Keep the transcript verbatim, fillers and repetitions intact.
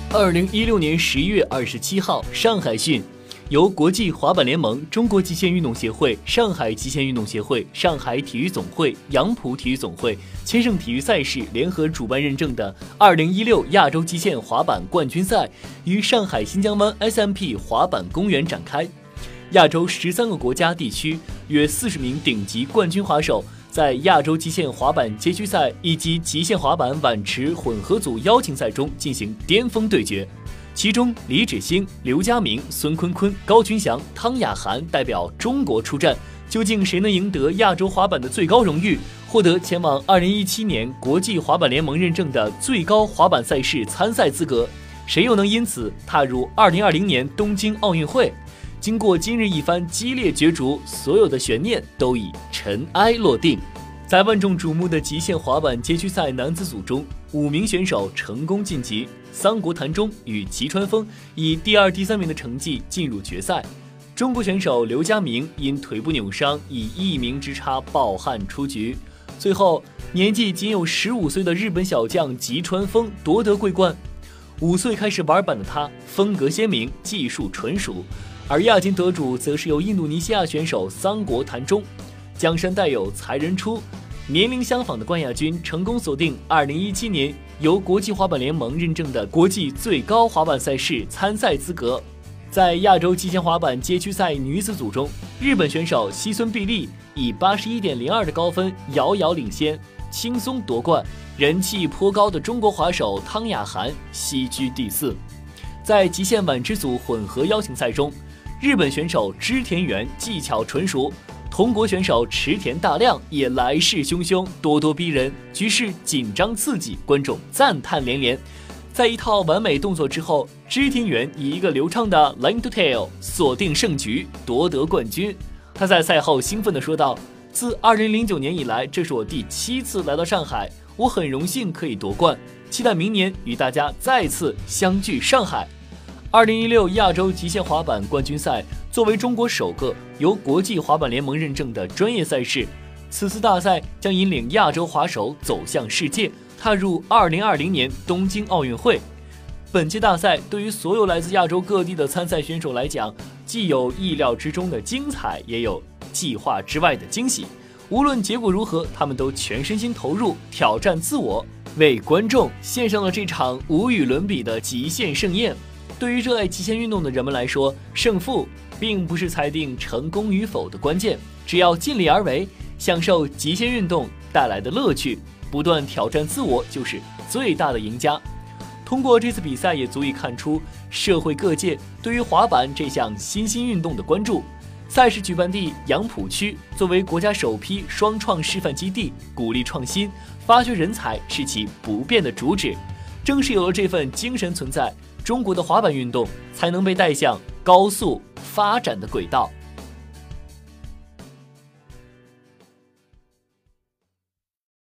二零一六年十一月二十七号，上海训，由国际滑板联盟、中国极限运动协会、上海极限运动协会、上海体育总会、杨浦体育总会、千盛体育赛事联合主办认证的二零一六亚洲极限滑板冠军赛于上海新疆湾 S M P 滑板公园展开。亚洲十三个国家地区约四十名顶级冠军滑手在亚洲极限滑板街区赛以及极限滑板碗池混合组邀请赛中进行巅峰对决。其中，李芷欣、刘佳明、孙坤坤、高群祥、汤雅涵代表中国出战。究竟谁能赢得亚洲滑板的最高荣誉，获得前往二零一七年国际滑板联盟认证的最高滑板赛事参赛资格？谁又能因此踏入二零二零年东京奥运会？经过今日一番激烈角逐，所有的悬念都已尘埃落定。在万众瞩目的极限滑板街区赛男子组中，五名选手成功晋级，桑国谭忠与齐川枫以第二、第三名的成绩进入决赛。中国选手刘佳明因腿部扭伤，以一名之差抱憾出局。最后，年纪仅有十五岁的日本小将吉川枫夺得桂冠。五岁开始玩板的他，风格鲜明，技术纯熟。而亚军得主则是由印度尼西亚选手桑国谭忠。江山代有才人出，年龄相仿的冠亚军成功锁定二零一七年由国际滑板联盟认证的国际最高滑板赛事参赛资格。在亚洲极限滑板街区赛女子组中，日本选手西村碧莉以 八十一点零二 的高分遥遥领先，轻松夺冠。人气颇高的中国滑手汤雅涵西居第四。在极限碗池组混合邀请赛中，日本选手织田元技巧纯熟，同国选手池田大亮也来势汹汹，咄咄逼人，局势紧张刺激，观众赞叹连连。在一套完美动作之后，织田元以一个流畅的 line to tail 锁定胜局，夺得冠军。他在赛后兴奋地说道：“自二零零九年以来，这是我第七次来到上海，我很荣幸可以夺冠，期待明年与大家再次相聚上海。”二零一六亚洲极限滑板冠军赛作为中国首个由国际滑板联盟认证的专业赛事，此次大赛将引领亚洲滑手走向世界，踏入二零二零年东京奥运会。本届大赛对于所有来自亚洲各地的参赛选手来讲，既有意料之中的精彩，也有计划之外的惊喜。无论结果如何，他们都全身心投入，挑战自我，为观众献上了这场无与伦比的极限盛宴。对于热爱极限运动的人们来说，胜负并不是裁定成功与否的关键，只要尽力而为，享受极限运动带来的乐趣，不断挑战自我，就是最大的赢家。通过这次比赛，也足以看出社会各界对于滑板这项新兴运动的关注。赛事举办地杨浦区作为国家首批双创示范基地，鼓励创新、发掘人才是其不变的主旨。正是有了这份精神存在，中国的滑板运动才能被带向高速发展的轨道。